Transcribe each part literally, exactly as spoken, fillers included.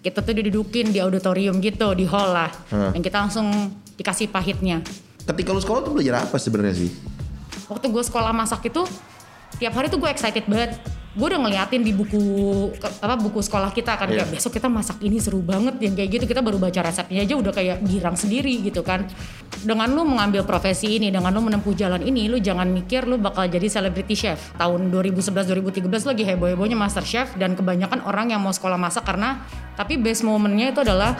Kita tuh didudukin di auditorium gitu, di hall lah. Hmm. Dan kita langsung dikasih pahitnya. Ketika lu sekolah tuh belajar apa sebenarnya sih? Waktu gue sekolah masak itu, tiap hari tuh gue excited banget. Gue udah ngeliatin di buku apa buku sekolah kita kan, yeah. kayak besok kita masak ini seru banget yang kayak gitu. Kita baru baca resepnya aja udah kayak girang sendiri gitu kan. Dengan lu mengambil profesi ini, dengan lu menempuh jalan ini, lu jangan mikir lu bakal jadi celebrity chef. Tahun dua ribu sebelas dua ribu tiga belas lagi heboh-hebohnya Master Chef, dan kebanyakan orang yang mau sekolah masak karena, tapi best momennya itu adalah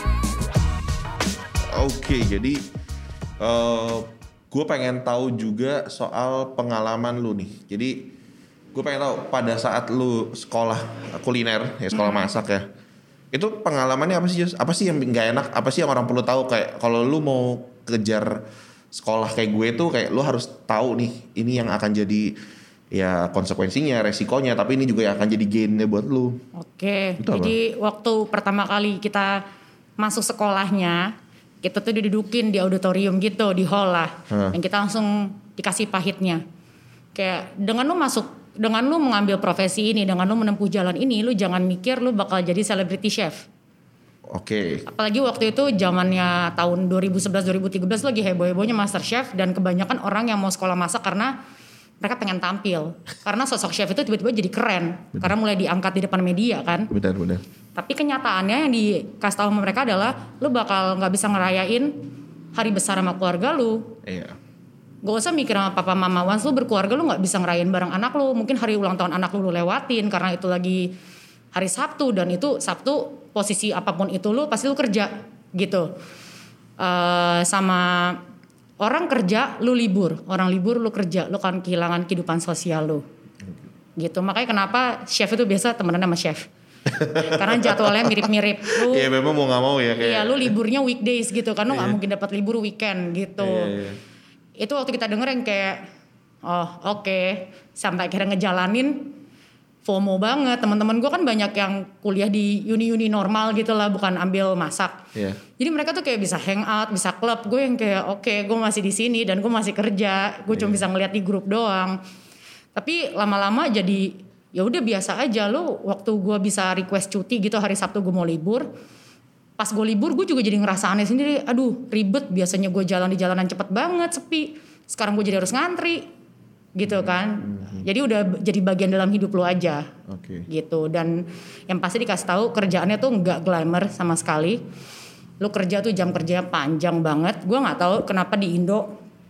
Oke, okay, jadi uh, gue pengen tahu juga soal pengalaman lu nih. Jadi gue pengen tahu pada saat lu sekolah kuliner, ya sekolah hmm. masak ya, itu pengalamannya apa sih, Jos? Apa sih yang nggak enak? Apa sih yang orang perlu tahu? Kayak kalau lu mau kejar sekolah kayak gue tuh, kayak lu harus tahu nih, ini yang akan jadi ya konsekuensinya, resikonya, tapi ini juga yang akan jadi gainnya buat lu. Oke, itu jadi apa? Waktu pertama kali kita masuk sekolahnya, kita tuh didudukin di auditorium gitu, di hall lah, hmm. dan kita langsung dikasih pahitnya. Kayak dengan lu masuk, dengan lu mengambil profesi ini, dengan lu menempuh jalan ini, lu jangan mikir lu bakal jadi celebrity chef. Oke. Okay. Apalagi waktu itu zamannya tahun dua ribu sebelas dua ribu tiga belas lagi heboh-hebohnya Master Chef, dan kebanyakan orang yang mau sekolah masak karena mereka pengen tampil. Karena sosok chef itu tiba-tiba jadi keren. Bener. Karena mulai diangkat di depan media kan. Benar, benar. Tapi kenyataannya yang dikasih tahu sama mereka adalah lu bakal nggak bisa ngerayain hari besar sama keluarga lu. Iya. Gak usah mikir sama papa mama, once lu berkeluarga lu gak bisa ngerayain bareng anak lu. Mungkin hari ulang tahun anak lu lu lewatin karena itu lagi hari Sabtu, dan itu Sabtu posisi apapun itu lu pasti lu kerja gitu. Uh, sama orang kerja lu libur, orang libur lu kerja, lu kan kehilangan kehidupan sosial lu gitu. Makanya kenapa chef itu biasa temenan sama chef. Karena jadwalnya mirip-mirip. Lu, iya memang mau gak mau ya kayak. Iya lu liburnya weekdays gitu kan, lu gak mungkin dapat libur weekend gitu. Iya, iya. Itu waktu kita denger yang kayak oh oke okay. Sampai akhirnya ngejalanin FOMO banget. Teman-teman gue kan banyak yang kuliah di uni-uni normal gitu lah, bukan ambil masak. Yeah. Jadi mereka tuh kayak bisa hangout, bisa klub. Gue yang kayak oke okay, gue masih di sini dan gue masih kerja. Gue yeah. cuma bisa ngeliat di grup doang. Tapi lama-lama jadi ya udah biasa aja. Lo waktu gue bisa request cuti gitu hari Sabtu gue mau libur. Pas gue libur gue juga jadi ngerasa aneh sendiri. Aduh ribet, biasanya gue jalan di jalanan cepet banget, sepi. Sekarang gue jadi harus ngantri gitu kan. Mm-hmm. Jadi udah jadi bagian dalam hidup lo aja. Okay. Gitu. Dan yang pasti dikasih tahu kerjaannya tuh gak glamour sama sekali. Lo kerja tuh jam kerjanya panjang banget. Gue gak tahu kenapa di Indo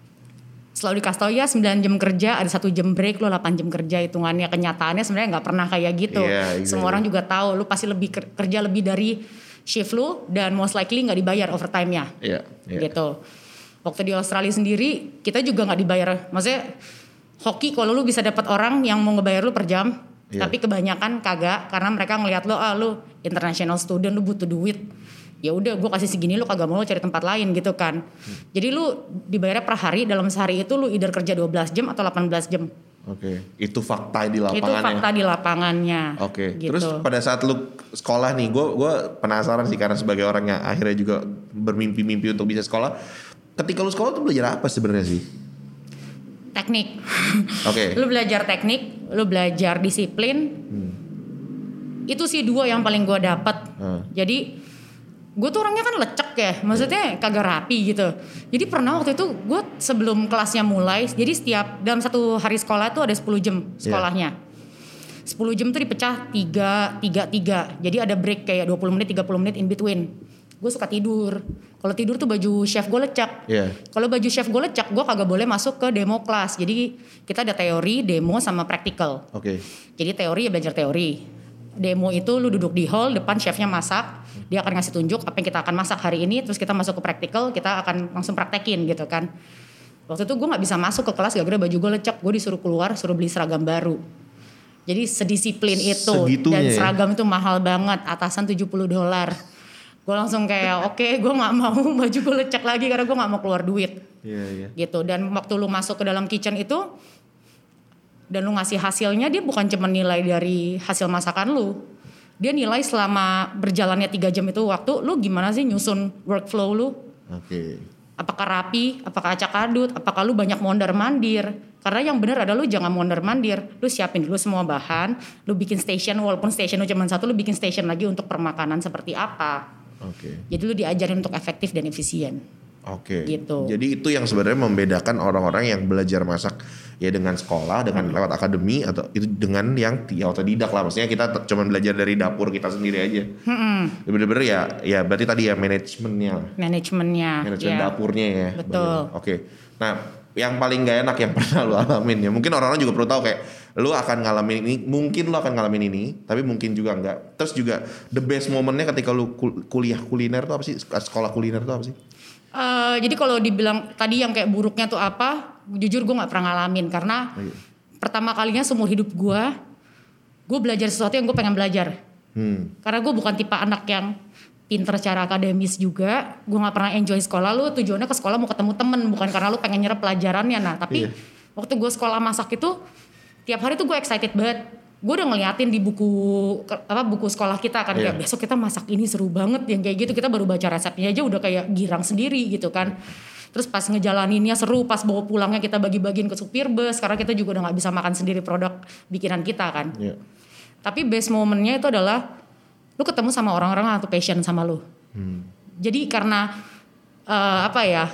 selalu dikasih tahu ya sembilan jam kerja, ada satu jam break, lo delapan jam kerja. Hitungannya kenyataannya sebenarnya gak pernah kayak gitu. Yeah, exactly. Semua orang juga tahu lo pasti lebih kerja lebih dari shift lu, dan most likely nggak dibayar overtime-nya, yeah, yeah. gitu. Waktu di Australia sendiri kita juga nggak dibayar, maksudnya hoki kalau lu bisa dapat orang yang mau ngebayar lu per jam, yeah. tapi kebanyakan kagak, karena mereka ngelihat lu ah lu international student, lu butuh duit, ya udah gue kasih segini, lu kagak mau cari tempat lain gitu kan. Hmm. Jadi lu dibayarnya per hari, dalam sehari itu lu either kerja dua belas jam atau delapan belas jam. Oke, okay. Itu fakta di lapangannya. Itu fakta di lapangannya. Oke. Okay. Gitu. Terus pada saat lu sekolah nih, gue gue penasaran sih karena sebagai orang yang akhirnya juga bermimpi-mimpi untuk bisa sekolah. Ketika lu sekolah tuh belajar apa sebenarnya sih? Teknik. Oke. Okay. Lu belajar teknik, lu belajar disiplin. Hmm. Itu sih dua yang paling gue dapat. Hmm. Jadi gue tuh orangnya kan lecek ya, maksudnya kagak rapi gitu. Jadi pernah waktu itu gue sebelum kelasnya mulai, jadi setiap dalam satu hari sekolah tuh ada sepuluh jam sekolahnya. Yeah. sepuluh jam tuh dipecah tiga, tiga, tiga. Jadi ada break kayak dua puluh menit, tiga puluh menit in between. Gue suka tidur. Kalau tidur tuh baju chef gue lecek. Yeah. Kalau baju chef gue lecek, gue kagak boleh masuk ke demo kelas. Jadi kita ada teori, demo sama praktikal. Oke. Okay. Jadi teori ya belajar teori. Demo itu lu duduk di hall, depan chefnya masak, dia akan ngasih tunjuk apa yang kita akan masak hari ini, terus kita masuk ke practical, kita akan langsung praktekin gitu kan. Waktu itu gue gak bisa masuk ke kelas gara-gara baju gue lecek, gue disuruh keluar, suruh beli seragam baru. Jadi sedisiplin itu. Segitunya, dan seragam ya? Itu mahal banget, atasan tujuh puluh dolar. Gue langsung kayak oke okay, gue gak mau baju gue lecek lagi karena gue gak mau keluar duit. Yeah, yeah. Gitu. Dan waktu lu masuk ke dalam kitchen itu, dan lu ngasih hasilnya, dia bukan cuma nilai dari hasil masakan lu, dia nilai selama berjalannya tiga jam itu waktu lu gimana sih nyusun workflow lu. Oke. Okay. apakah rapi, apakah acak adut, apakah lu banyak mondar-mandir. Karena yang benar adalah lu jangan mondar-mandir. Lu siapin dulu semua bahan, lu bikin station, walaupun station lu cuma satu, lu bikin station lagi untuk permakanan seperti apa. Oke. Okay. Jadi lu diajarin untuk efektif dan efisien. Oke. Okay. Gitu. Jadi itu yang sebenarnya membedakan orang-orang yang belajar masak ya dengan sekolah, dengan hmm. lewat akademi, atau itu dengan yang ya otodidak lah. Maksudnya kita t- cuma belajar dari dapur kita sendiri aja. Hmm. Bener-bener ya, ya berarti tadi ya manajemennya. Manajemennya. Manajemen ya. Dapurnya ya. Betul. Oke. Okay. Nah, yang paling gak enak yang pernah lu alamin ya. Mungkin orang-orang juga perlu tahu kayak lu akan ngalamin ini, mungkin lu akan ngalamin ini, tapi mungkin juga enggak. Terus juga the best momennya ketika lu kul- kuliah kuliner tuh apa sih? Sekolah kuliner tuh apa sih? Uh, jadi kalau dibilang tadi yang kayak buruknya tuh apa, jujur gue nggak pernah ngalamin karena oh, iya. pertama kalinya seumur hidup gue, gue belajar sesuatu yang gue pengen belajar. Hmm. Karena gue bukan tipe anak yang pinter secara akademis juga, gue nggak pernah enjoy sekolah. Lu tujuannya ke sekolah mau ketemu temen, bukan karena lu pengen nyerap pelajarannya. Nah tapi iya. waktu gue sekolah masak itu, tiap hari tuh gue excited banget. Gue udah ngeliatin di buku apa buku sekolah kita kan yeah. kayak besok kita masak ini seru banget yang kayak gitu, kita baru baca resepnya aja udah kayak girang sendiri gitu kan. Terus pas ngejalaninnya seru, pas bawa pulangnya kita bagi-bagiin ke supir bus karena kita juga udah nggak bisa makan sendiri produk bikinan kita kan. Yeah. Tapi best momennya itu adalah lu ketemu sama orang-orang atau passion sama lu. Hmm. Jadi karena uh, apa ya?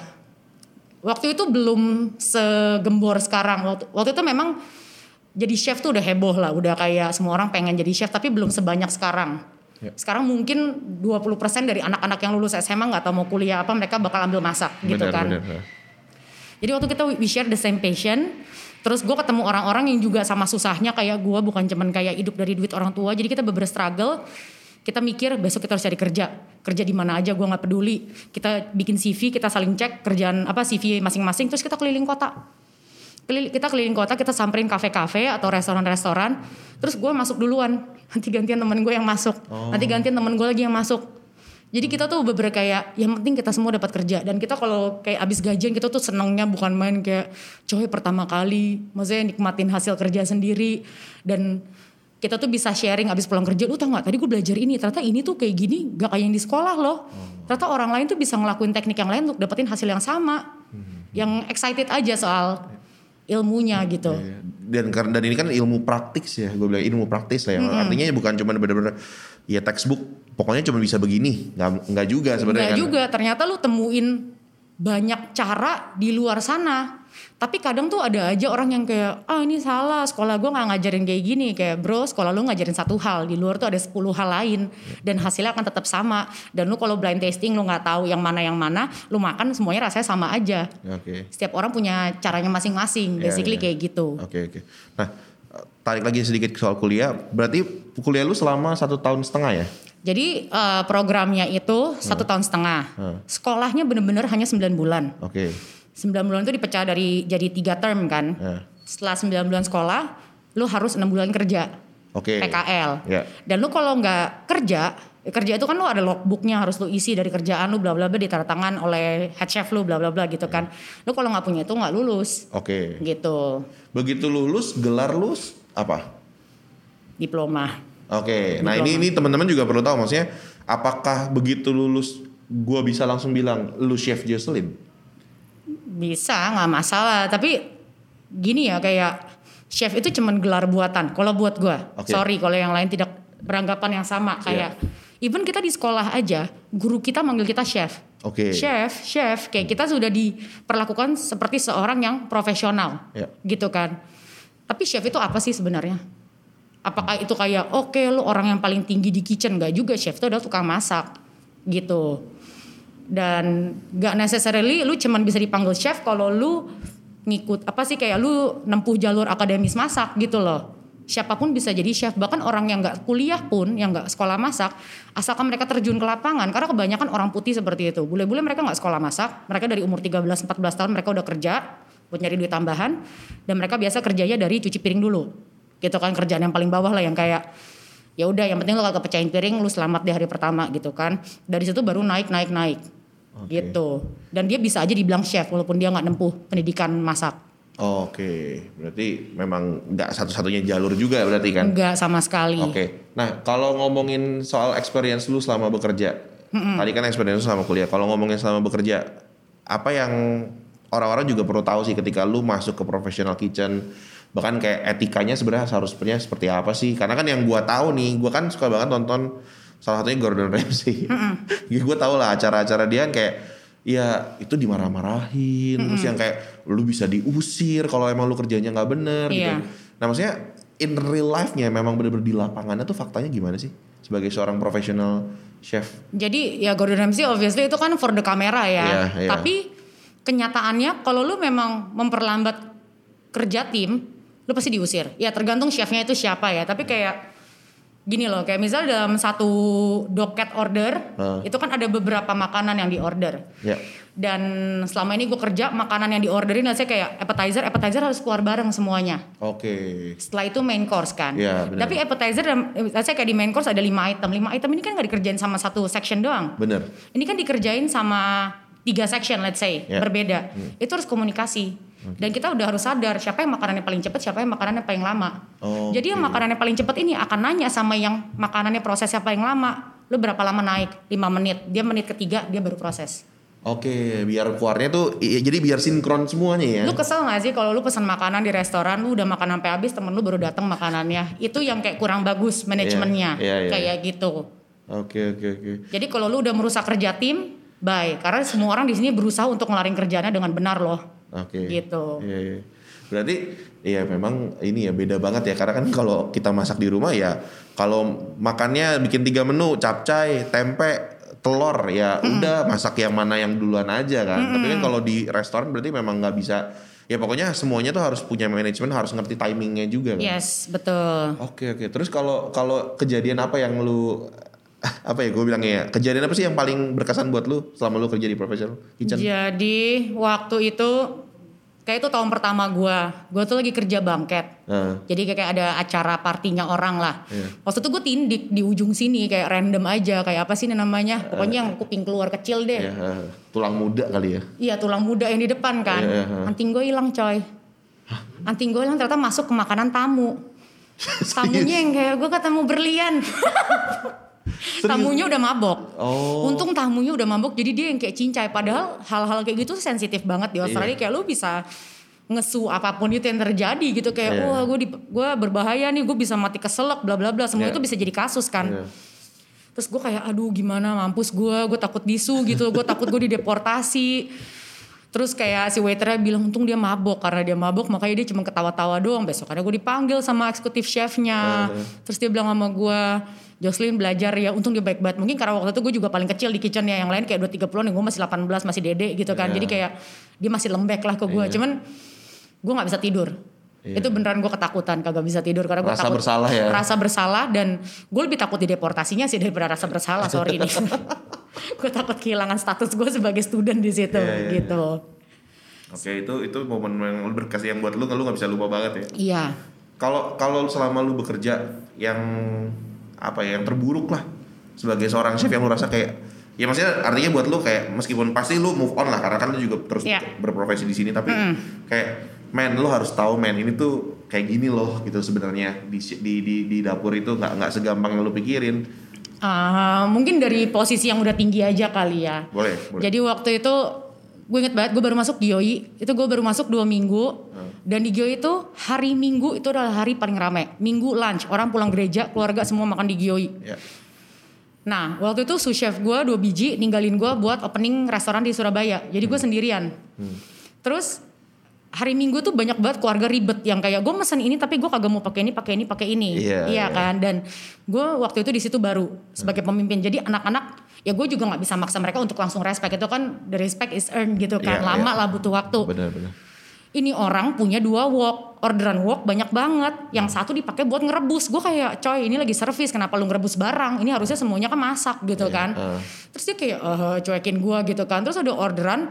Waktu itu belum segembor sekarang. Waktu, waktu itu memang jadi chef tuh udah heboh lah, udah kayak semua orang pengen jadi chef, tapi belum sebanyak sekarang. Ya. Sekarang mungkin dua puluh persen dari anak-anak yang lulus S M A gak tahu mau kuliah apa, mereka bakal ambil masak bener, gitu kan. Bener. Jadi waktu kita we share the same passion, terus gue ketemu orang-orang yang juga sama susahnya kayak gue, bukan cuman kayak hidup dari duit orang tua. Jadi kita bener-bener struggle, kita mikir besok kita harus cari kerja, kerja di mana aja gue gak peduli. Kita bikin C V, kita saling cek kerjaan apa C V masing-masing, terus kita keliling kota. Kita keliling kota, kita samperin kafe-kafe atau restoran-restoran, terus gue masuk duluan, nanti gantian temen gue yang masuk, oh. nanti gantian temen gue lagi yang masuk. Jadi kita tuh beberapa kayak, yang penting kita semua dapat kerja. Dan kita kalau kayak abis gajian kita tuh senengnya bukan main kayak coy pertama kali, maksudnya nikmatin hasil kerja sendiri. Dan kita tuh bisa sharing abis pulang kerja, lu tau gak tadi gue belajar ini, ternyata ini tuh kayak gini gak kayak yang di sekolah loh. Ternyata orang lain tuh bisa ngelakuin teknik yang lain untuk dapetin hasil yang sama. Yang excited aja soal ilmunya gitu. Dan dan ini kan ilmu praktis ya, gue bilang ilmu praktis lah ya. Mm-hmm. Artinya bukan cuma benar-benar ya textbook, pokoknya cuma bisa begini, nggak nggak juga sebenarnya. Nggak kan? Juga, ternyata lu temuin banyak cara di luar sana. Tapi kadang tuh ada aja orang yang kayak, ah ini salah, sekolah gue gak ngajarin kayak gini. Kayak bro, sekolah lu ngajarin satu hal, di luar tuh ada sepuluh hal lain. Dan hasilnya akan tetap sama. Dan lu kalau blind tasting lu gak tahu yang mana yang mana, lu makan semuanya rasanya sama aja. Okay. Setiap orang punya caranya masing-masing, basically yeah, yeah. kayak gitu. Oke okay, oke. Okay. Nah, tarik lagi sedikit soal kuliah. Berarti kuliah lu selama satu tahun setengah ya? Jadi uh, programnya itu satu hmm. tahun setengah. Hmm. Sekolahnya bener-bener hanya sembilan bulan. Oke. Okay. sembilan bulan itu dipecah dari jadi tiga term kan. Yeah. Setelah sembilan bulan sekolah, lu harus enam bulan kerja. Oke. Okay. P K L. Yeah. Dan lu kalau nggak kerja, kerja itu kan lu ada logbooknya harus lu isi dari kerjaan lu bla bla bla ditandatangan oleh head chef lu bla bla bla gitu kan. Lu kalau nggak punya itu nggak lulus. Oke. Okay. Gitu. Begitu lulus, gelar lu apa? Diploma. Oke. Okay. Nah ini ini teman-teman juga perlu tahu, maksudnya apakah begitu lulus gua bisa langsung bilang lu chef Jocelyn? Bisa, nggak masalah. Tapi gini ya, kayak chef itu cuman gelar buatan. Kalau buat gue, okay. sorry kalau yang lain tidak beranggapan yang sama. Kayak yeah. even kita di sekolah aja, guru kita manggil kita chef. Okay. Chef, chef, kayak kita sudah diperlakukan seperti seorang yang profesional, yeah. gitu kan. Tapi chef itu apa sih sebenarnya? Apakah itu kayak oke okay, lu orang yang paling tinggi di kitchen? Gak juga, chef itu adalah tukang masak, gitu. Dan gak necessarily lu cuman bisa dipanggil chef kalau lu ngikut apa sih kayak lu nempuh jalur akademis masak gitu loh. Siapapun bisa jadi chef, bahkan orang yang gak kuliah pun, yang gak sekolah masak, asalkan mereka terjun ke lapangan. Karena kebanyakan orang putih seperti itu, bule-bule mereka gak sekolah masak, mereka dari umur tiga belas empat belas tahun mereka udah kerja buat nyari duit tambahan. Dan mereka biasa kerjanya dari cuci piring dulu, gitu kan, kerjaan yang paling bawah lah, yang kayak ya udah yang penting lu kagak pecahin piring, lu selamat di hari pertama gitu kan. Dari situ baru naik naik naik. Okay. Gitu. Dan dia bisa aja dibilang chef walaupun dia nggak nempuh pendidikan masak. Oke, okay. Berarti memang nggak satu-satunya jalur juga berarti kan? Nggak sama sekali. Oke. Okay. Nah kalau ngomongin soal experience lu selama bekerja, mm-mm. tadi kan experience lu selama kuliah. Kalau ngomongin selama bekerja, apa yang orang-orang juga perlu tahu sih ketika lu masuk ke professional kitchen, bahkan kayak etikanya sebenarnya harusnya seperti apa sih? Karena kan yang gua tahu nih, gua kan suka banget nonton salah satunya Gordon Ramsay. Mm-hmm. Gua tahu lah acara-acara dia kayak ya itu dimarah-marahin, mm-hmm. terus yang kayak lu bisa diusir kalau emang lu kerjanya nggak bener yeah. gitu. Nah maksudnya in real life-nya memang bener-bener di lapangannya tuh faktanya gimana sih sebagai seorang profesional chef? Jadi ya Gordon Ramsay obviously itu kan for the camera ya, yeah, yeah. tapi kenyataannya kalau lu memang memperlambat kerja tim, lu pasti diusir. Ya tergantung chefnya itu siapa ya. Tapi kayak gini loh, kayak misal dalam satu doket order, uh. itu kan ada beberapa makanan yang diorder. Yeah. Dan selama ini gue kerja, makanan yang diorderin, saya kayak appetizer, appetizer harus keluar bareng semuanya. Oke. Okay. Setelah itu main course kan. Yeah, tapi appetizer, saya kayak di main course ada lima item. Lima item ini kan gak dikerjain sama satu section doang. Bener. Ini kan dikerjain sama tiga section let's say, yeah. berbeda. Hmm. Itu harus komunikasi. Okay. Dan kita udah harus sadar siapa yang makanannya paling cepat, siapa yang makanannya paling lama. Oh, jadi okay. yang makanannya paling cepat ini akan nanya sama yang makanannya prosesnya paling lama. Lu berapa lama naik? lima menit. Dia menit ketiga dia baru proses. Oke, okay, biar keluarnya tuh i- jadi biar sinkron semuanya ya. Lu kesel gak sih kalau lu pesan makanan di restoran, lu udah makan sampai habis, temen lu baru datang makanannya. Itu yang kayak kurang bagus manajemennya. Yeah, yeah, yeah, kayak yeah. gitu. Oke, okay, oke, okay, oke. Okay. Jadi kalau lu udah merusak kerja tim, bye. Karena semua orang di sini berusaha untuk ngelarin kerjanya dengan benar loh. Oke. Okay. Gitu. Iya, iya. Berarti iya memang ini ya beda banget ya. Karena kan kalau kita masak di rumah ya, kalau makannya bikin tiga menu, capcay, tempe, telur ya mm. udah masak yang mana yang duluan aja kan. Mm. Tapi kan kalau di restoran berarti memang nggak bisa. Ya pokoknya semuanya tuh harus punya manajemen, harus ngerti timingnya juga kan. Yes, betul. Oke oke. Terus kalau kalau kejadian apa yang lu apa ya gue bilangnya ya, kejadian apa sih yang paling berkesan buat lu selama lu kerja di professional kitchen? Jadi waktu itu kayak itu tahun pertama gue, gue tuh lagi kerja bangket. Uh. Jadi kayak ada acara partinya orang lah. Yeah. Waktu itu gue tindik di ujung sini kayak random aja, kayak apa sih namanya? Pokoknya uh. yang kuping keluar kecil deh. Yeah, uh. Tulang muda kali ya? Iya tulang muda yang di depan kan. Yeah, uh. Anting gue hilang coy. Huh? Anting gue hilang ternyata masuk ke makanan tamu. Tamunya yang kayak gue ketemu berlian. Tamunya udah mabok. Oh. Untung tamunya udah mabok, jadi dia yang kayak cincai. Padahal hal-hal kayak gitu sensitif banget di Australia. Yeah. Kayak lu bisa ngesu apapun itu yang terjadi gitu. Kayak yeah. wah gue gue berbahaya nih, gue bisa mati keselak, bla bla bla. Semua yeah. itu bisa jadi kasus kan. Yeah. Terus gue kayak aduh gimana, mampus gue, gue takut disu gitu, gue takut gue dideportasi. Terus kayak si waiternya bilang untung dia mabok, karena dia mabok makanya dia cuma ketawa-tawa doang. Besokannya gue dipanggil sama eksekutif chefnya. Uh-huh. Terus dia bilang sama gue, Jocelyn belajar ya, untung dia baik banget. Mungkin karena waktu itu gue juga paling kecil di kitchen ya, yang lain kayak dua tiga puluhan, gue masih delapan belas, masih dede gitu kan. Yeah. Jadi kayak dia masih lembek lah ke gue. Yeah. Cuman gue gak bisa tidur. Yeah. Itu beneran gue ketakutan, kagak bisa tidur karena gue rasa takut bersalah ya. Rasa bersalah, dan gue lebih takut dideportasinya sih daripada rasa bersalah. Sorry nih. Gue takut kehilangan status gue sebagai student di situ. Yeah, yeah, gitu. Yeah. Oke, itu itu momen yang berkesan yang buat lu, lu nggak bisa lupa banget ya. Iya. Kalau kalau selama lu bekerja yang apa ya, yang terburuk lah sebagai seorang chef yang lu rasa kayak, ya maksudnya artinya buat lu kayak meskipun pasti lu move on lah karena kan lu juga terus yeah. berprofesi di sini, tapi mm. kayak man lu harus tahu man ini tuh kayak gini loh gitu sebenarnya di di di, di dapur itu nggak nggak segampang yang lu pikirin. Uh, mungkin dari posisi yang udah tinggi aja kali ya. Boleh. boleh. Jadi waktu itu gue inget banget, gue baru masuk Gioi, itu gue baru masuk dua minggu, hmm. dan di Gioi itu hari Minggu itu adalah hari paling ramai. Minggu lunch, orang pulang gereja, keluarga semua makan di Gioi. Yeah. Nah, waktu itu sous chef gue dua biji ninggalin gue buat opening restoran di Surabaya, jadi gue hmm. sendirian. Hmm. Terus hari Minggu tuh banyak banget keluarga ribet yang kayak gue mesen ini tapi gue kagak mau pakai ini, pakai ini, pakai ini, yeah, iya yeah. kan? Dan gue waktu itu di situ baru sebagai pemimpin, jadi anak-anak ya gue juga nggak bisa maksa mereka untuk langsung respect, itu kan the respect is earned gitu kan, yeah, lama yeah. lah butuh waktu. Benar-benar. Ini orang punya dua wok, orderan wok banyak banget, yang satu dipakai buat ngerebus. Gue kayak coy ini lagi servis, kenapa lu ngerebus barang? Ini harusnya semuanya kan masak gitu yeah, kan. Uh. Terus dia kayak uh, cuekin gue gitu kan. Terus ada orderan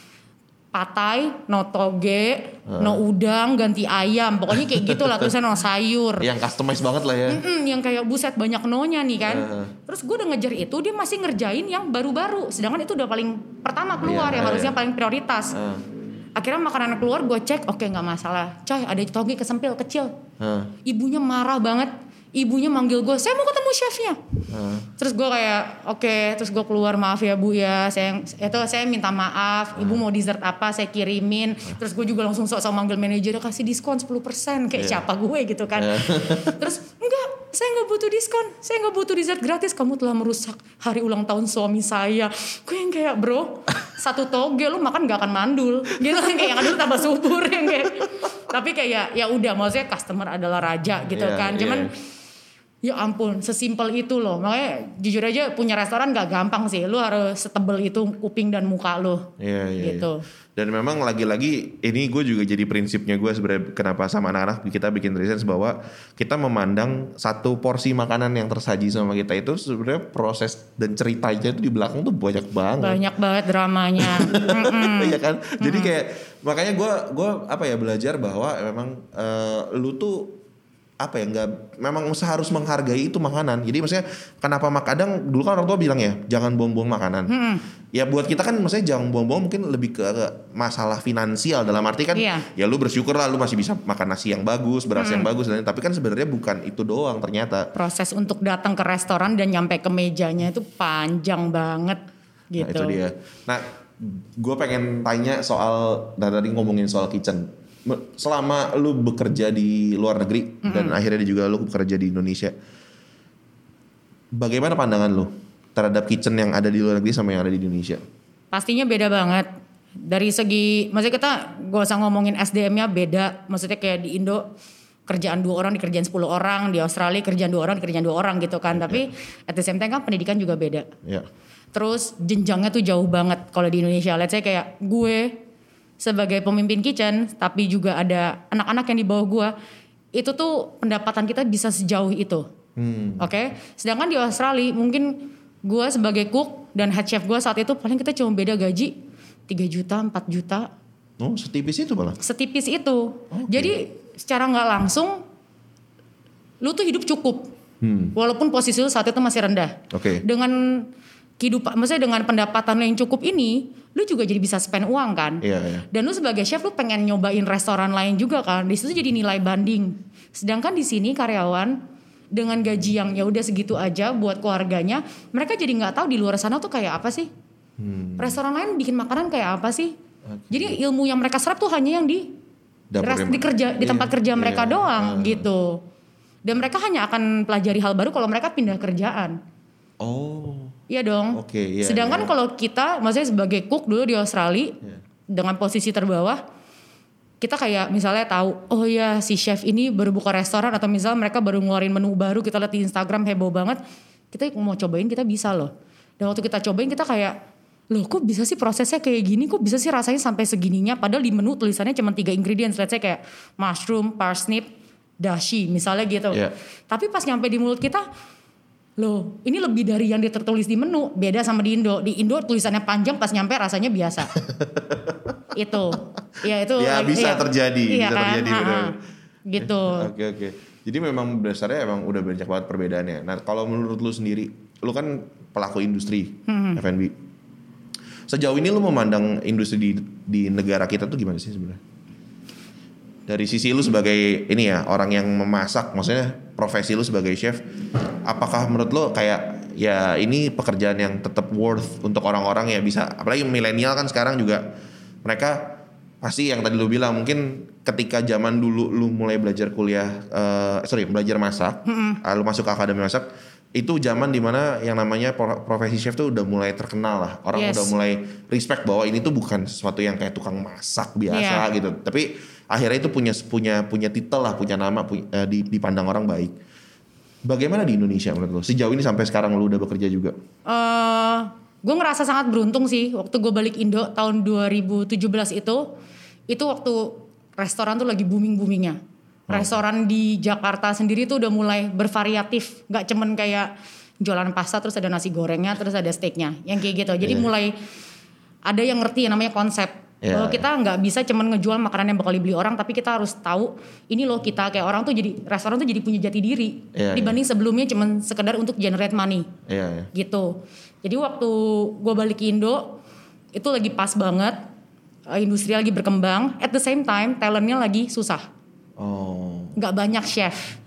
patai, no toge, uh. no udang, ganti ayam. Pokoknya kayak gitu lah, terusnya no sayur. Yang customize banget lah ya. Mm-mm, yang kayak buset banyak no-nya nih kan. Uh. Terus gue udah ngejar itu, dia masih ngerjain yang baru-baru. Sedangkan itu udah paling pertama keluar, yeah, yang uh, harusnya yeah. paling prioritas. Uh. Akhirnya makanan keluar, gue cek, oke okay, gak masalah. Coy ada toge kesempil kecil. Uh. Ibunya marah banget. ibunya manggil gue, saya mau ketemu chefnya. Uh. Terus gue kayak oke, okay. Terus gue keluar, maaf ya bu ya, saya itu saya minta maaf, uh. ibu mau dessert apa saya kirimin. Uh. Terus gue juga langsung sok-sok manggil manajer, kasih diskon sepuluh persen kayak yeah. siapa gue gitu kan. Yeah. Terus enggak, saya nggak butuh diskon, saya nggak butuh dessert gratis, kamu telah merusak hari ulang tahun suami saya. Gue yang kayak bro, satu toge lu makan nggak akan mandul, gitu kan, kayak yang ada tambah subur yang kayak. Tapi kayak ya udah, maksudnya customer adalah raja gitu yeah, kan, cuman yeah. Ya ampun, sesimpel itu loh. Makanya jujur aja punya restoran gak gampang sih. Lu harus setebel itu kuping dan muka lu. Iya, iya. Gitu. Dan memang lagi-lagi ini gue juga jadi prinsipnya gue sebenarnya kenapa sama anak-anak kita bikin Three bahwa kita memandang satu porsi makanan yang tersaji sama kita itu sebenarnya proses dan ceritanya itu di belakang tuh banyak banget. Banyak banget dramanya. Iya kan? Mm-mm. Jadi kayak makanya gue gue apa ya belajar bahwa memang uh, lu tuh apa ya nggak memang harus menghargai itu makanan. Jadi maksudnya kenapa kadang dulu kan orang tua bilang ya jangan buang-buang makanan. Hmm. Ya buat kita kan maksudnya jangan buang-buang mungkin lebih ke, ke masalah finansial dalam arti kan yeah. Ya lu bersyukur lah lu masih bisa makan nasi yang bagus, beras hmm. yang bagus dan tapi kan sebenarnya bukan itu doang ternyata. Proses untuk datang ke restoran dan nyampe ke mejanya itu panjang banget gitu. Nah, itu dia. Nah, gue pengen tanya soal dari tadi ngomongin soal kitchen. Selama lu bekerja di luar negeri mm-hmm. dan akhirnya juga lu bekerja di Indonesia, bagaimana pandangan lu terhadap kitchen yang ada di luar negeri sama yang ada di Indonesia? Pastinya beda banget. Dari segi, maksudnya kita gak usah ngomongin S D M-nya beda. Maksudnya kayak di Indo kerjaan dua orang dikerjain sepuluh orang, di Australia kerjaan dua orang dikerjain dua orang gitu kan. Okay. Tapi at the same time kan pendidikan juga beda. Yeah. Terus jenjangnya tuh jauh banget kalau di Indonesia. Let's say kayak gue sebagai pemimpin kitchen, tapi juga ada anak-anak yang di bawah gue, itu tuh pendapatan kita bisa sejauh itu, hmm. oke? Okay? Sedangkan di Australia mungkin gue sebagai cook dan head chef gue saat itu paling kita cuma beda gaji tiga juta, empat juta. Oh, setipis itu malah? Setipis itu. Okay. Jadi secara nggak langsung, lu tuh hidup cukup, hmm. walaupun posisi lu saat itu masih rendah. Oke. Okay. Dengan kehidupan, maksudnya dengan pendapatan yang cukup ini, lu juga jadi bisa spend uang kan. Iya, iya. Dan lu sebagai chef lu pengen nyobain restoran lain juga kan. Di situ jadi nilai banding. Sedangkan di sini karyawan dengan gaji yang ya udah segitu aja buat keluarganya, mereka jadi nggak tahu di luar sana tuh kayak apa sih. Hmm. Restoran lain bikin makanan kayak apa sih. Okay. Jadi ilmu yang mereka serap tuh hanya yang di res, di kerja di tempat iya, kerja mereka iya, doang uh. gitu. Dan mereka hanya akan pelajari hal baru kalau mereka pindah kerjaan. Oh. Iya dong. Oke, okay, iya, sedangkan iya. Kalau kita, maksudnya sebagai cook dulu di Australia, yeah. dengan posisi terbawah, kita kayak misalnya tahu, oh ya si chef ini baru buka restoran atau misalnya mereka baru ngeluarin menu baru, kita lihat di Instagram heboh banget, kita mau cobain kita bisa loh. Dan waktu kita cobain kita kayak, loh kok bisa sih prosesnya kayak gini, kok bisa sih rasanya sampai segininya, padahal di menu tulisannya cuma tiga ingredients, let's say kayak mushroom, parsnip, dashi misalnya gitu. Yeah. Tapi pas nyampe di mulut kita, loh ini lebih dari yang tertulis di menu. Beda sama di Indo. Di Indo tulisannya panjang, pas nyampe rasanya biasa. Itu ya itu ya lagi, bisa ya, terjadi iya bisa kan? terjadi benar. Gitu. Oke oke. Jadi memang dasarnya emang udah banyak banget perbedaannya. Nah kalau menurut lu sendiri, lu kan pelaku industri hmm. F and B. Sejauh ini lu memandang industri di, di negara kita tuh gimana sih sebenarnya? Dari sisi lu sebagai ini ya orang yang memasak, maksudnya profesi lu sebagai chef, apakah menurut lu kayak ya ini pekerjaan yang tetap worth untuk orang-orang ya bisa, apalagi milenial kan sekarang juga mereka pasti yang tadi lu bilang mungkin ketika zaman dulu lu mulai belajar kuliah, uh, sorry belajar masak, mm-hmm. uh, lu masuk ke akademi masak, itu zaman dimana yang namanya profesi chef tuh udah mulai terkenal lah, orang yes. udah mulai respect bahwa ini tuh bukan sesuatu yang kayak tukang masak biasa yeah. gitu, tapi akhirnya itu punya punya punya titel lah, punya nama, punya, uh, dipandang orang baik. Bagaimana di Indonesia menurut lo? Sejauh ini sampai sekarang lo udah bekerja juga? Uh, gue ngerasa sangat beruntung sih. Waktu gue balik Indo tahun dua ribu tujuh belas itu, itu waktu restoran tuh lagi booming-boomingnya. Oh. Restoran di Jakarta sendiri tuh udah mulai bervariatif. Gak cuman kayak jualan pasta terus ada nasi gorengnya, terus ada steaknya. Yang kayak gitu. Jadi yeah. mulai ada yang ngerti yang namanya konsep. Yeah. Bahwa kita nggak bisa cuman ngejual makanan yang bakal dibeli orang, tapi kita harus tahu ini loh kita kayak orang tuh jadi restoran tuh jadi punya jati diri yeah, dibanding yeah. sebelumnya cuman sekedar untuk generate money yeah, yeah. gitu. Jadi waktu gue balik ke Indo itu lagi pas banget, industri lagi berkembang, at the same time talentnya lagi susah. Oh. Nggak banyak chef. Okay,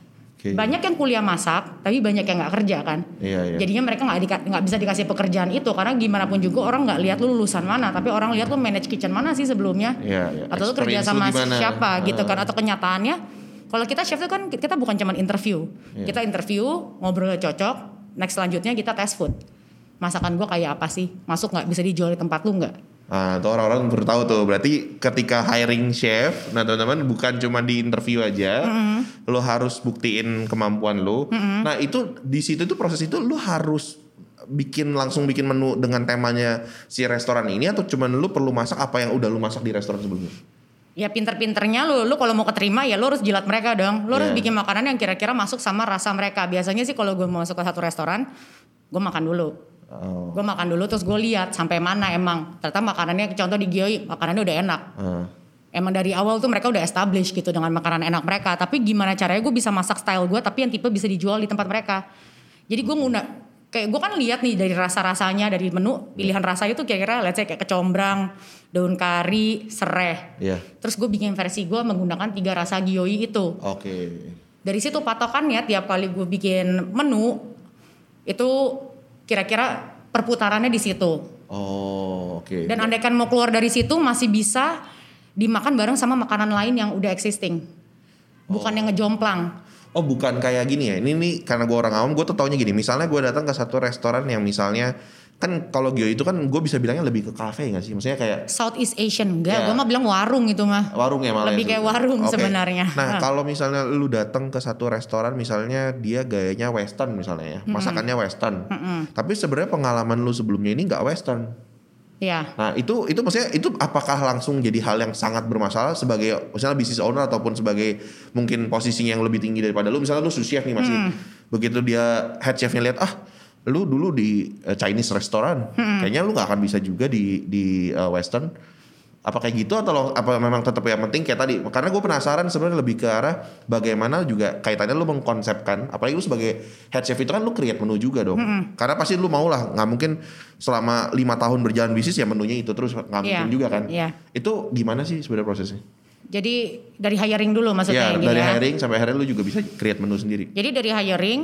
Okay. Banyak yang kuliah masak, tapi banyak yang nggak kerja kan. Iya, iya. Jadinya mereka nggak dika- nggak bisa dikasih pekerjaan itu karena gimana pun juga orang nggak lihat lu lulusan mana, tapi orang lihat lu manage kitchen mana sih sebelumnya, Iya, iya. atau lu kerja sama siapa gitu kan. Atau kenyataannya, kalau kita chef itu kan kita bukan cuma interview, iya. Kita interview ngobrol cocok, next selanjutnya kita test food. Masakan gue kayak apa sih, masuk nggak, bisa dijual di tempat lu nggak? Nah, itu orang-orang baru tahu tuh. Berarti ketika hiring chef, nah teman-teman bukan cuma di interview aja, mm-hmm. lo harus buktiin kemampuan lo. Mm-hmm. Nah itu di situ tuh proses itu lo harus bikin langsung bikin menu dengan temanya si restoran ini, atau cuman lo perlu masak apa yang udah lo masak di restoran sebelumnya? Ya pinter-pinternya lo, lo kalau mau keterima ya lo harus jilat mereka dong. Lo yeah. harus bikin makanan yang kira-kira masuk sama rasa mereka. Biasanya sih kalau gue mau masuk ke satu restoran, gue makan dulu. Oh. Gue makan dulu terus gue lihat sampai mana emang ternyata makanannya, contoh di Gioi makanannya udah enak. Uh. Emang dari awal tuh mereka udah establish gitu dengan makanan enak mereka. Tapi gimana caranya gue bisa masak style gue tapi yang tipe bisa dijual di tempat mereka. Jadi gue ngundang, kayak gue kan lihat nih dari rasa-rasanya, dari menu pilihan rasanya tuh kira-kira let's say kayak kecombrang, daun kari, sereh. Yeah. Terus gue bikin versi gue menggunakan tiga rasa Gioi itu. Oke. Okay. Dari situ patokannya tiap kali gue bikin menu itu kira-kira perputarannya di situ. Oh, oke. Okay. Dan andaikan mau keluar dari situ masih bisa dimakan bareng sama makanan lain yang udah existing. Bukan oh. yang ngejomplang. Oh, bukan kayak gini ya. Ini nih karena gue orang awam, gue tuh taunya gini. Misalnya gue datang ke satu restoran yang misalnya, kan kalau Gioi itu kan gue bisa bilangnya lebih ke cafe nggak sih? Maksudnya kayak Southeast Asian enggak? Ya, gue mah bilang warung itu mah. Warung ya malah. Lebih kayak warung okay. sebenarnya. Nah kalau misalnya lu datang ke satu restoran, misalnya dia gayanya Western misalnya ya, masakannya mm-hmm. Western. Mm-hmm. Tapi sebenarnya pengalaman lu sebelumnya ini nggak Western. Iya. Nah itu itu maksudnya itu apakah langsung jadi hal yang sangat bermasalah sebagai misalnya business owner ataupun sebagai mungkin posisinya yang lebih tinggi daripada lu, misalnya lu sous chef nih masih, mm. begitu dia head chefnya lihat ah lu dulu di uh, Chinese restoran, hmm. kayaknya lu nggak akan bisa juga di di uh, Western. Apa kayak gitu atau lo, apa memang tetap yang penting kayak tadi? Karena gue penasaran sebenarnya lebih ke arah bagaimana juga kaitannya lu mengkonsepkan. Apalagi lu sebagai head chef itu kan lu create menu juga dong. Hmm. Karena pasti lu mau lah, nggak mungkin selama lima tahun berjalan bisnis ya menunya itu terus, nggak yeah. mungkin juga kan? Yeah. Itu gimana sih sebenarnya prosesnya? Jadi dari hiring dulu maksudnya? Iya, dari ya? hiring sampai akhirnya lu juga bisa create menu sendiri. Jadi dari hiring.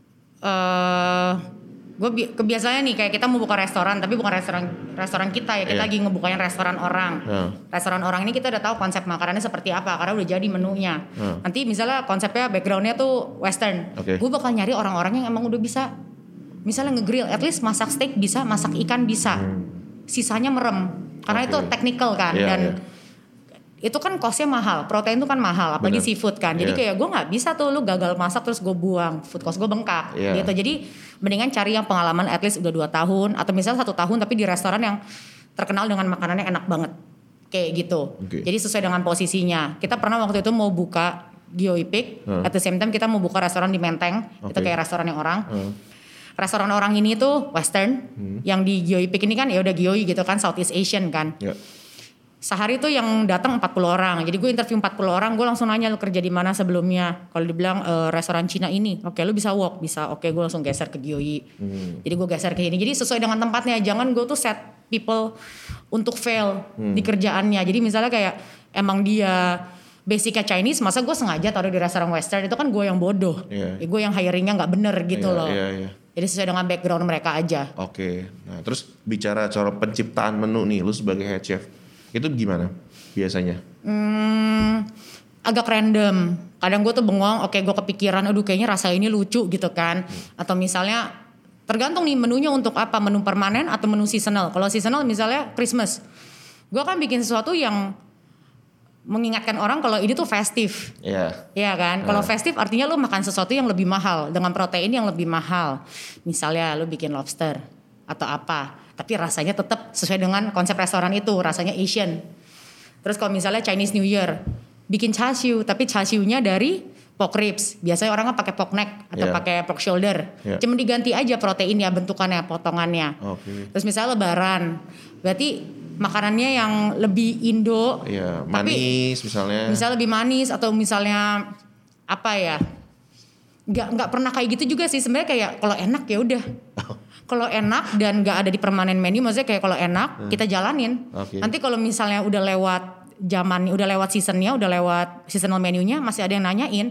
Uh, gue kebiasaannya nih kayak kita mau buka restoran tapi bukan restoran restoran kita ya, kita yeah. lagi ngebukain restoran orang. Yeah. Restoran orang ini kita udah tahu konsep makanannya seperti apa karena udah jadi menunya. Yeah. Nanti misalnya konsepnya backgroundnya tuh Western, okay. gue bakal nyari orang-orang yang emang udah bisa, misalnya ngegrill, at least masak steak bisa, masak ikan bisa, hmm. sisanya merem karena okay. itu technical kan yeah, dan yeah. itu kan costnya mahal, protein itu kan mahal, apalagi Bener. seafood kan. Jadi yeah. kayak gue nggak bisa tuh lu gagal masak terus gue buang, food cost gue bengkak yeah. gitu. Jadi mendingan cari yang pengalaman at least udah dua tahun atau misalnya satu tahun tapi di restoran yang terkenal dengan makanannya enak banget kayak gitu. Okay. Jadi sesuai dengan posisinya. Kita pernah waktu itu mau buka Gioi Peak, huh. at the same time kita mau buka restoran di Menteng, okay. itu kayak restoran yang orang. Uh. Restoran orang ini tuh Western, hmm. yang di Gioi Peak ini kan ya udah Gioi gitu kan, Southeast Asian kan. Yeah. Sehari tuh yang datang empat puluh orang. Jadi gue interview empat puluh orang, gue langsung nanya lu kerja di mana sebelumnya. Kalau dibilang e, restoran Cina ini, oke okay, lu bisa walk, bisa. Oke, okay, gue langsung geser ke Gioi. Hmm. Jadi gue geser ke sini. Jadi sesuai dengan tempatnya. Jangan gue tuh set people untuk fail hmm. di kerjaannya. Jadi misalnya kayak emang dia basicnya Chinese, masa gue sengaja taruh di restoran Western, itu kan gue yang bodoh. Yeah. Ya, gue yang hiringnya nggak bener gitu yeah, loh. Yeah, yeah. Jadi sesuai dengan background mereka aja. Oke. Okay. Nah terus bicara cara penciptaan menu nih, lu sebagai head chef. Itu gimana biasanya? Hmm, agak random. Kadang gue tuh bengong, oke gue kepikiran, aduh kayaknya rasa ini lucu gitu kan. Hmm. Atau misalnya tergantung nih menunya untuk apa, menu permanen atau menu seasonal. Kalau seasonal misalnya Christmas, gue akan bikin sesuatu yang mengingatkan orang kalau ini tuh festif. Iya. Yeah. Iya kan? Uh. Kalau festif artinya lu makan sesuatu yang lebih mahal dengan protein yang lebih mahal. Misalnya lu bikin lobster atau apa. Tapi rasanya tetap sesuai dengan konsep restoran itu, rasanya Asian. Terus kalau misalnya Chinese New Year, bikin char siu, tapi char siu-nya dari pork ribs. Biasanya orang kan pakai pork neck atau yeah. pakai pork shoulder. Yeah. Cuma diganti aja proteinnya, bentukannya, potongannya. Okay. Terus misalnya Lebaran, berarti makanannya yang lebih Indo. Yeah. Manis tapi, misalnya. Misalnya lebih manis atau misalnya apa ya? Gak nggak pernah kayak gitu juga sih sebenarnya, kayak kalau enak ya udah. Kalau enak dan gak ada di permanen menu, maksudnya kayak kalau enak hmm. kita jalanin. Okay. Nanti kalau misalnya udah lewat zaman, udah lewat seasonnya, udah lewat seasonal menunya, masih ada yang nanyain,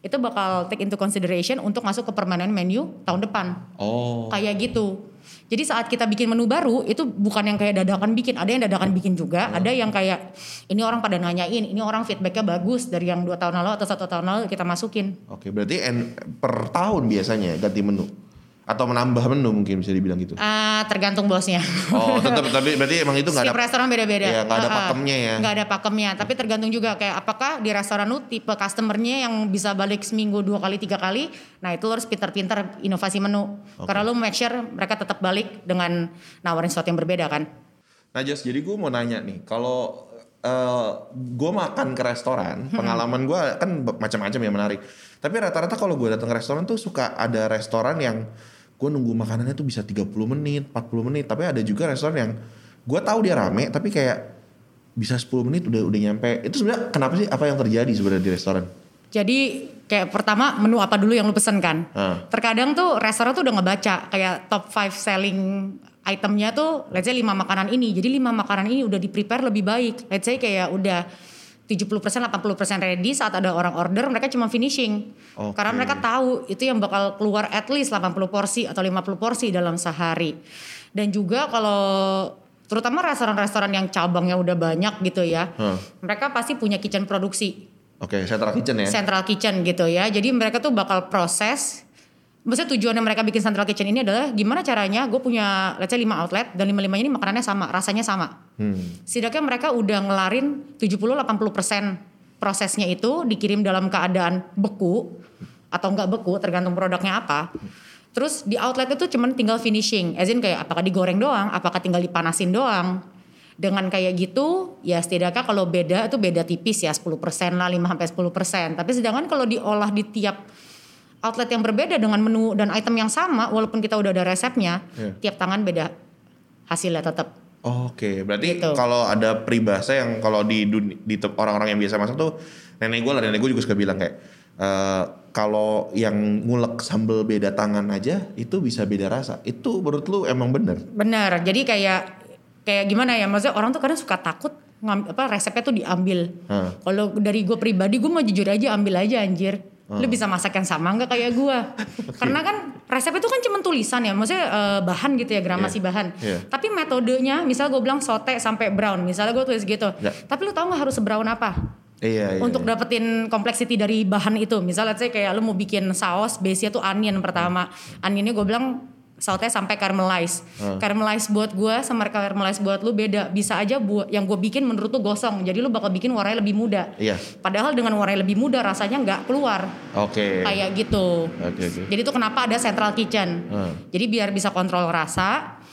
itu bakal take into consideration untuk masuk ke permanen menu tahun depan. Oh. Kayak gitu. Jadi saat kita bikin menu baru itu bukan yang kayak dadakan bikin, ada yang dadakan bikin juga, hmm. ada yang kayak ini orang pada nanyain, ini orang feedbacknya bagus dari yang dua tahun lalu atau satu tahun lalu kita masukin. Oke, berarti en, per tahun biasanya ganti menu atau menambah menu mungkin bisa dibilang gitu? Uh, tergantung bosnya. Oh, tetap tapi berarti emang itu nggak ada. Setiap restoran beda-beda. Ya, nggak ada uh, pakemnya ya. Nggak ada pakemnya, tapi tergantung juga kayak apakah di restoran lu tipe customernya yang bisa balik seminggu dua kali tiga kali. Nah itu lu harus pintar-pintar inovasi menu. Okay. Karena lu make sure mereka tetap balik dengan nawarin sesuatu yang berbeda kan. Nah Jas, jadi gue mau nanya nih, kalau uh, gue makan ke restoran, hmm. pengalaman gue kan macam-macam ya menarik. Tapi rata-rata kalau gue datang ke restoran tuh suka ada restoran yang gue nunggu makanannya tuh bisa tiga puluh menit, empat puluh menit. Tapi ada juga restoran yang gue tahu dia rame tapi kayak bisa sepuluh menit udah udah nyampe. Itu sebenarnya kenapa sih? Apa yang terjadi sebenarnya di restoran? Jadi kayak pertama menu apa dulu yang lu pesen kan? Ah. Terkadang tuh restoran tuh udah ngebaca kayak top five selling itemnya tuh let's say lima makanan ini. Jadi lima makanan ini udah di prepare lebih baik. Let's say kayak udah tujuh puluh persen, delapan puluh persen ready, saat ada orang order mereka cuma finishing. Okay. Karena mereka tahu itu yang bakal keluar at least delapan puluh porsi atau lima puluh porsi dalam sehari. Dan juga kalau terutama restoran-restoran yang cabangnya udah banyak gitu ya, hmm. mereka pasti punya kitchen produksi. Oke, okay, central kitchen ya. Central kitchen gitu ya. Jadi mereka tuh bakal proses. Maksudnya tujuannya mereka bikin central kitchen ini adalah gimana caranya gue punya let's say lima outlet dan lima-limanya ini makanannya sama, rasanya sama. Hmm. Setidaknya mereka udah ngelarin tujuh puluh sampai delapan puluh persen prosesnya itu dikirim dalam keadaan beku atau enggak beku tergantung produknya apa. Terus di outlet itu cuman tinggal finishing, as in kayak apakah digoreng doang, apakah tinggal dipanasin doang. Dengan kayak gitu ya setidaknya kalau beda itu beda tipis ya sepuluh persen lah, lima sampai sepuluh persen. Tapi sedangkan kalau diolah di tiap outlet yang berbeda dengan menu dan item yang sama walaupun kita udah ada resepnya, yeah. tiap tangan beda hasilnya tetap. Oh, Oke, okay. Berarti gitu. Kalau ada peribahasa yang kalau di, di orang-orang yang biasa masak tuh nenek gue lah, nenek gue juga suka bilang kayak uh, kalau yang ngulek sambal beda tangan aja itu bisa beda rasa. Itu menurut lu emang bener? Bener, jadi kayak kayak gimana ya, maksudnya orang tuh kadang suka takut ngam, apa resepnya tuh diambil. Hmm. Kalau dari gue pribadi gue mau jujur aja ambil aja anjir. Lu bisa masak yang sama nggak kayak gue? Karena kan resep itu kan cuma tulisan ya, maksudnya uh, bahan gitu ya, gramasi yeah. bahan. Yeah. Tapi metodenya, misal gue bilang sote sampai brown, misalnya gue tulis gitu. Yeah. Tapi lu tahu nggak harus sebrown apa? Iya, iya, untuk iya. dapetin complexity dari bahan itu. Misalnya saya kayak lu mau bikin saus, base-nya tuh onion pertama. Onionnya gue bilang saute sampai caramelize. Hmm. Caramelize buat gue sama caramelize buat lu beda. Bisa aja buat yang gue bikin menurut lu gosong. Jadi lu bakal bikin warnanya lebih muda. Iya. Padahal dengan warnanya lebih muda rasanya nggak keluar. Oke. Okay. Kayak gitu. Okay, okay. Jadi itu kenapa ada central kitchen. Hmm. Jadi biar bisa kontrol rasa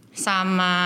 sama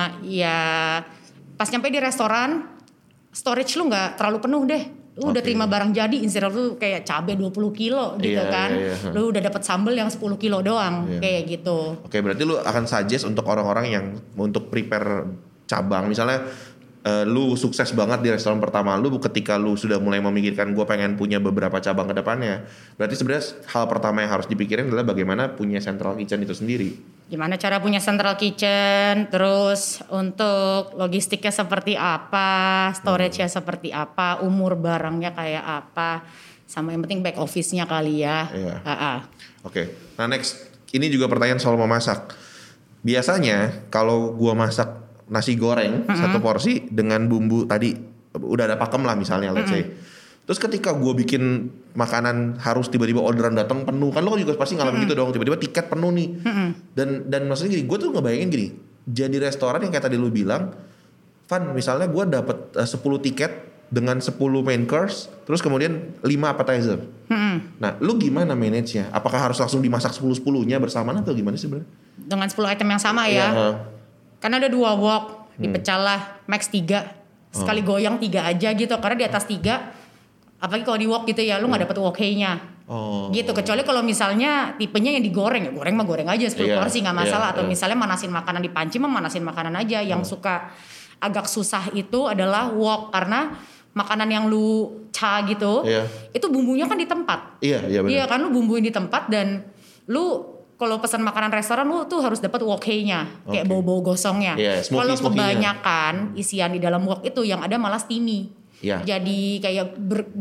ya pas nyampe di restoran storage lu nggak terlalu penuh deh. Lu okay. udah terima barang jadi, instead of lu kayak cabai dua puluh kilo gitu yeah, kan. Yeah, yeah. Lu udah dapat sambal yang sepuluh kilo doang yeah. kayak gitu. Oke, okay, berarti lu akan suggest untuk orang-orang yang untuk prepare cabang. Misalnya uh, lu sukses banget di restoran pertama lu, ketika lu sudah mulai memikirkan gue pengen punya beberapa cabang ke depannya. Berarti sebenarnya hal pertama yang harus dipikirin adalah bagaimana punya central kitchen itu sendiri. Gimana cara punya central kitchen, terus untuk logistiknya seperti apa, storage-nya hmm. seperti apa, umur barangnya kayak apa, sama yang penting back office-nya kali ya. Iya. Oke, okay. Nah next, ini juga pertanyaan soal memasak. Biasanya kalau gua masak nasi goreng mm-hmm. satu porsi dengan bumbu tadi udah ada pakem lah misalnya, let's say. Mm-hmm. Terus ketika gue bikin makanan harus tiba-tiba orderan datang penuh, kan lo juga pasti ngalamin mm-hmm. gitu dong, tiba-tiba tiket penuh nih. Mm-hmm. Dan dan maksudnya gini, gue tuh ngebayangin gini, jadi restoran yang kayak tadi lo bilang, Van, misalnya gue dapet uh, sepuluh tiket dengan sepuluh main course, terus kemudian lima appetizer. Mm-hmm. Nah, lo gimana manage-nya? Apakah harus langsung dimasak sepuluh-sepuluhnya bersamaan atau gimana sih sebenarnya? Dengan sepuluh item yang sama ya. Uh-huh. Karena ada dua wok, dipecah lah, max tiga. Sekali oh. goyang tiga aja gitu, karena di atas tiga apalagi kalau di wok gitu ya, lu nggak dapet wok-nya, oh. gitu. Kecuali kalau misalnya tipenya yang digoreng, ya goreng mah goreng aja sepuluh yeah, porsi nggak masalah. Yeah, atau yeah. misalnya manasin makanan di panci mah manasin makanan aja. Yang oh. suka agak susah itu adalah wok, karena makanan yang lu ca gitu, yeah. itu bumbunya kan di tempat. Iya, yeah, iya yeah, benar. Iya kan, lu bumbuin di tempat dan lu kalau pesan makanan restoran lu tuh harus dapat wok-nya, okay. kayak bau-bau gosongnya. Yeah, kalau kebanyakan isian di dalam wok itu yang ada malah steamy. Yeah. Jadi kayak ber, ber,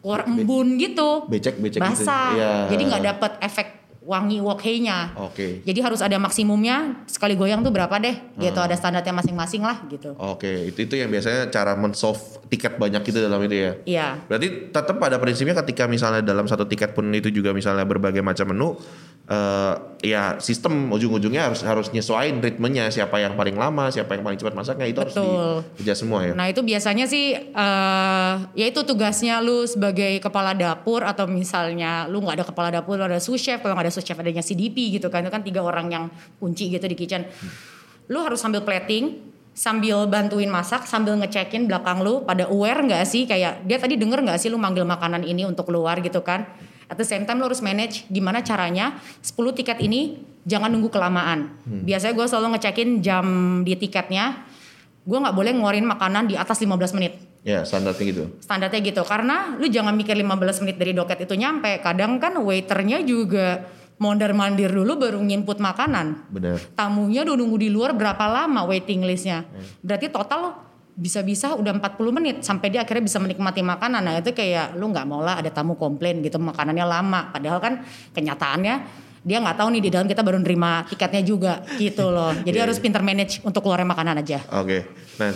keluar embun gitu. Becek becek basah. gitu. Ya. Jadi nggak dapet efek wangi wok hey-nya. Oke. Okay. Jadi harus ada maksimumnya sekali goyang tuh berapa deh gitu, hmm. ada standarnya masing-masing lah gitu. Oke, okay. itu itu yang biasanya cara men-solve tiket banyak gitu dalam itu ya. Iya. Berarti tetap pada prinsipnya ketika misalnya dalam satu tiket pun itu juga misalnya berbagai macam menu, uh, ya sistem ujung-ujungnya harus harus nyesuaiin ritmenya, siapa yang paling lama, siapa yang paling cepat masaknya itu Betul. harus dikerja semua ya. Nah itu biasanya sih uh, ya itu tugasnya lu sebagai kepala dapur, atau misalnya lu nggak ada kepala dapur, lu ada sous chef, kalau nggak ada sous chef adanya C D P gitu kan, itu kan tiga orang yang kunci gitu di kitchen. Hmm. Lu harus sambil plating, sambil bantuin masak, sambil ngecekin belakang lu pada aware nggak sih, kayak dia tadi denger nggak sih lu manggil makanan ini untuk keluar gitu kan. At the same time lu harus manage gimana caranya sepuluh tiket ini jangan nunggu kelamaan. Hmm. Biasanya gue selalu ngecekin jam di tiketnya, gue nggak boleh ngeluarin makanan di atas lima belas menit. Ya standarnya gitu. Standarnya gitu, karena lu jangan mikir lima belas menit dari doket itu nyampe. Kadang kan waiternya juga mondar-mandir dulu baru nginput makanan. Benar. Tamunya udah nunggu di luar berapa lama waiting listnya. Hmm. Berarti total bisa-bisa udah empat puluh menit sampai dia akhirnya bisa menikmati makanan. Nah itu kayak lu gak mau lah ada tamu komplain gitu makanannya lama. Padahal kan kenyataannya dia gak tahu nih di dalam kita baru nerima tiketnya juga gitu loh. Jadi yeah, harus pinter manage untuk keluarnya makanan aja. Oke, okay. Nah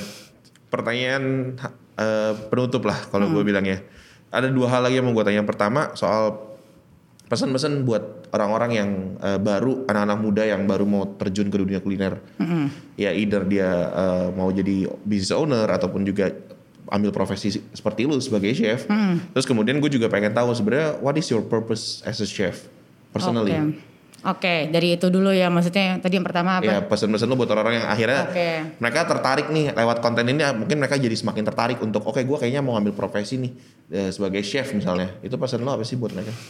pertanyaan uh, penutup lah kalau hmm. gue bilangnya. Ada dua hal lagi yang mau gue tanya. Yang pertama soal pesan-pesan buat orang-orang yang uh, baru, anak-anak muda yang baru mau terjun ke dunia kuliner. Mm-hmm. Ya either dia uh, mau jadi business owner ataupun juga ambil profesi seperti lu sebagai chef. Mm. Terus kemudian gue juga pengen tahu sebenarnya what is your purpose as a chef personally? Oke, okay. okay, dari itu dulu ya, maksudnya tadi yang pertama apa? Ya pesan-pesan lu buat orang-orang yang akhirnya okay. mereka tertarik nih lewat konten ini, mungkin mereka jadi semakin tertarik untuk oke okay, gue kayaknya mau ambil profesi nih uh, sebagai chef misalnya. Itu pesan lu apa sih buat mereka?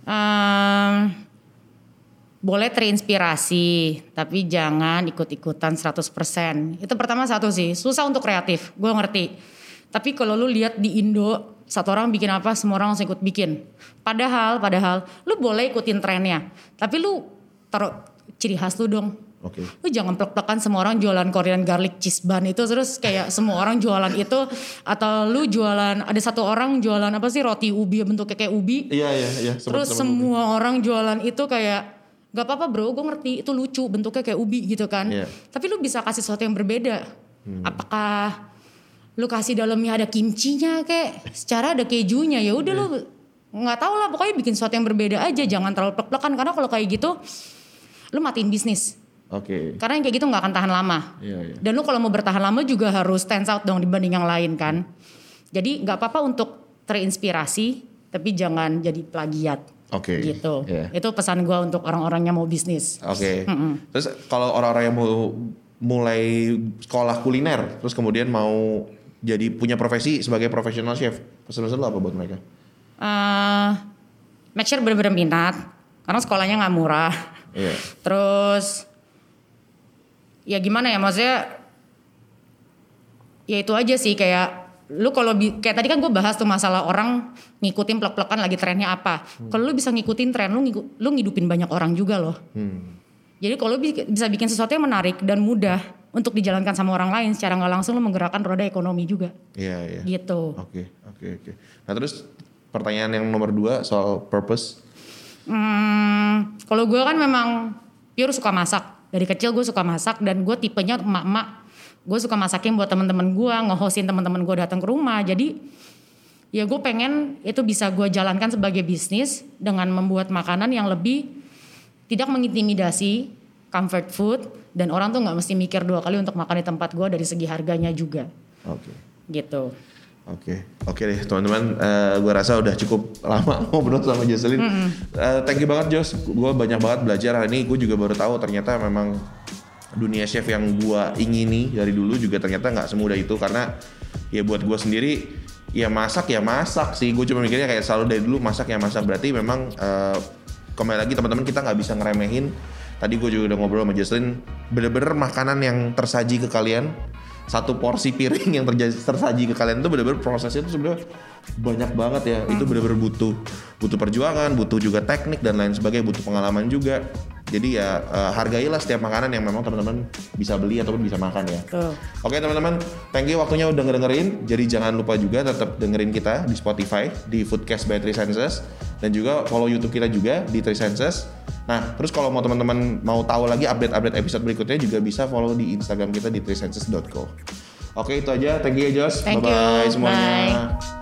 Um, boleh terinspirasi, tapi jangan ikut-ikutan seratus persen. Itu pertama satu sih, susah untuk kreatif, gue ngerti. Tapi kalau lu lihat di Indo, satu orang bikin apa, semua orang langsung ikut bikin. Padahal, padahal, lu boleh ikutin trennya, tapi lu taruh ciri khas lu dong. Okay. Lu jangan plek-plekan semua orang jualan Korean garlic cheese bun itu, terus kayak semua orang jualan itu, atau lu jualan, ada satu orang jualan apa sih, roti ubi bentuknya kayak ubi. Iya iya iya. Terus semua ubi. Orang jualan itu kayak gak apa-apa bro, gue ngerti itu lucu bentuknya kayak ubi gitu kan. Yeah. Tapi lu bisa kasih sesuatu yang berbeda. Hmm. Apakah lu kasih dalamnya ada kimchinya kayak, secara ada kejunya, ya udah yeah. Lu nggak tahu lah, pokoknya bikin sesuatu yang berbeda aja, jangan terlalu plek-plekan, karena kalau kayak gitu lu matiin bisnis. Oke. Okay. Karena yang kayak gitu nggak akan tahan lama. Iya, iya. Dan lu kalau mau bertahan lama juga harus stand out dong dibanding yang lain kan. Jadi nggak apa-apa untuk terinspirasi, tapi jangan jadi plagiat. Oke. Okay. Gitu. Yeah. Itu pesan gue untuk orang-orang yang mau bisnis. Oke. Okay. Terus kalau orang-orang yang mau mulai sekolah kuliner, terus kemudian mau jadi punya profesi sebagai profesional chef, pesan-pesan lo apa buat mereka? Uh, make sure bener-bener minat, karena sekolahnya nggak murah. Iya. Yeah. Terus ya gimana ya, maksudnya ya itu aja sih, kayak lu kalau kayak tadi kan gue bahas tuh masalah orang ngikutin plek-plekan lagi trennya apa. Hmm. Kalau lu bisa ngikutin tren, lu ngiku, lu ngidupin banyak orang juga loh. Hmm. Jadi kalau lu bisa bikin sesuatu yang menarik dan mudah untuk dijalankan sama orang lain, secara nggak langsung lu menggerakkan roda ekonomi juga. Iya iya. Gitu. Oke oke oke. Nah terus pertanyaan yang nomor dua soal purpose. Hmm, kalau gue kan memang pure suka masak. Dari kecil gue suka masak dan gue tipenya emak-emak. Gue suka masakin buat teman-teman gue, nge-hostin teman-teman gue datang ke rumah. Jadi ya gue pengen itu bisa gue jalankan sebagai bisnis dengan membuat makanan yang lebih tidak mengintimidasi, comfort food, dan orang tuh nggak mesti mikir dua kali untuk makan di tempat gue dari segi harganya juga. Oke. Okay. Gitu. Oke, okay. oke okay deh teman-teman. Uh, gue rasa udah cukup lama ngobrol sama Jocelyn. Mm-hmm. Uh, thank you banget Jos. Gue banyak banget belajar hari ini. Gue juga baru tahu ternyata memang dunia chef yang gue ingini dari dulu juga ternyata nggak semudah itu. Karena ya buat gue sendiri ya masak ya masak sih. Gue cuma mikirnya kayak selalu dari dulu masak ya masak. Berarti memang uh, kembali lagi teman-teman, kita nggak bisa ngeremehin. Tadi gue juga udah ngobrol sama Jocelyn. Bener-bener makanan yang tersaji ke kalian, satu porsi piring yang terjadi, tersaji ke kalian itu benar-benar prosesnya itu sebenarnya banyak banget ya. Hmm. Itu benar-benar butuh butuh perjuangan, butuh juga teknik dan lain sebagainya, butuh pengalaman juga. Jadi ya uh, hargailah setiap makanan yang memang teman-teman bisa beli ataupun bisa makan ya. Tuh. Oke teman-teman, thank you waktunya udah dengerin. Jadi jangan lupa juga tetap dengerin kita di Spotify, di Foodcast by Three Senses, dan juga follow YouTube kita juga di Three Senses. Nah, terus kalau mau teman-teman mau tahu lagi update-update episode berikutnya juga bisa follow di Instagram kita di three senses dot co. Oke, itu aja. Thank you ya Jos. Thank Bye-bye you. semuanya. Bye.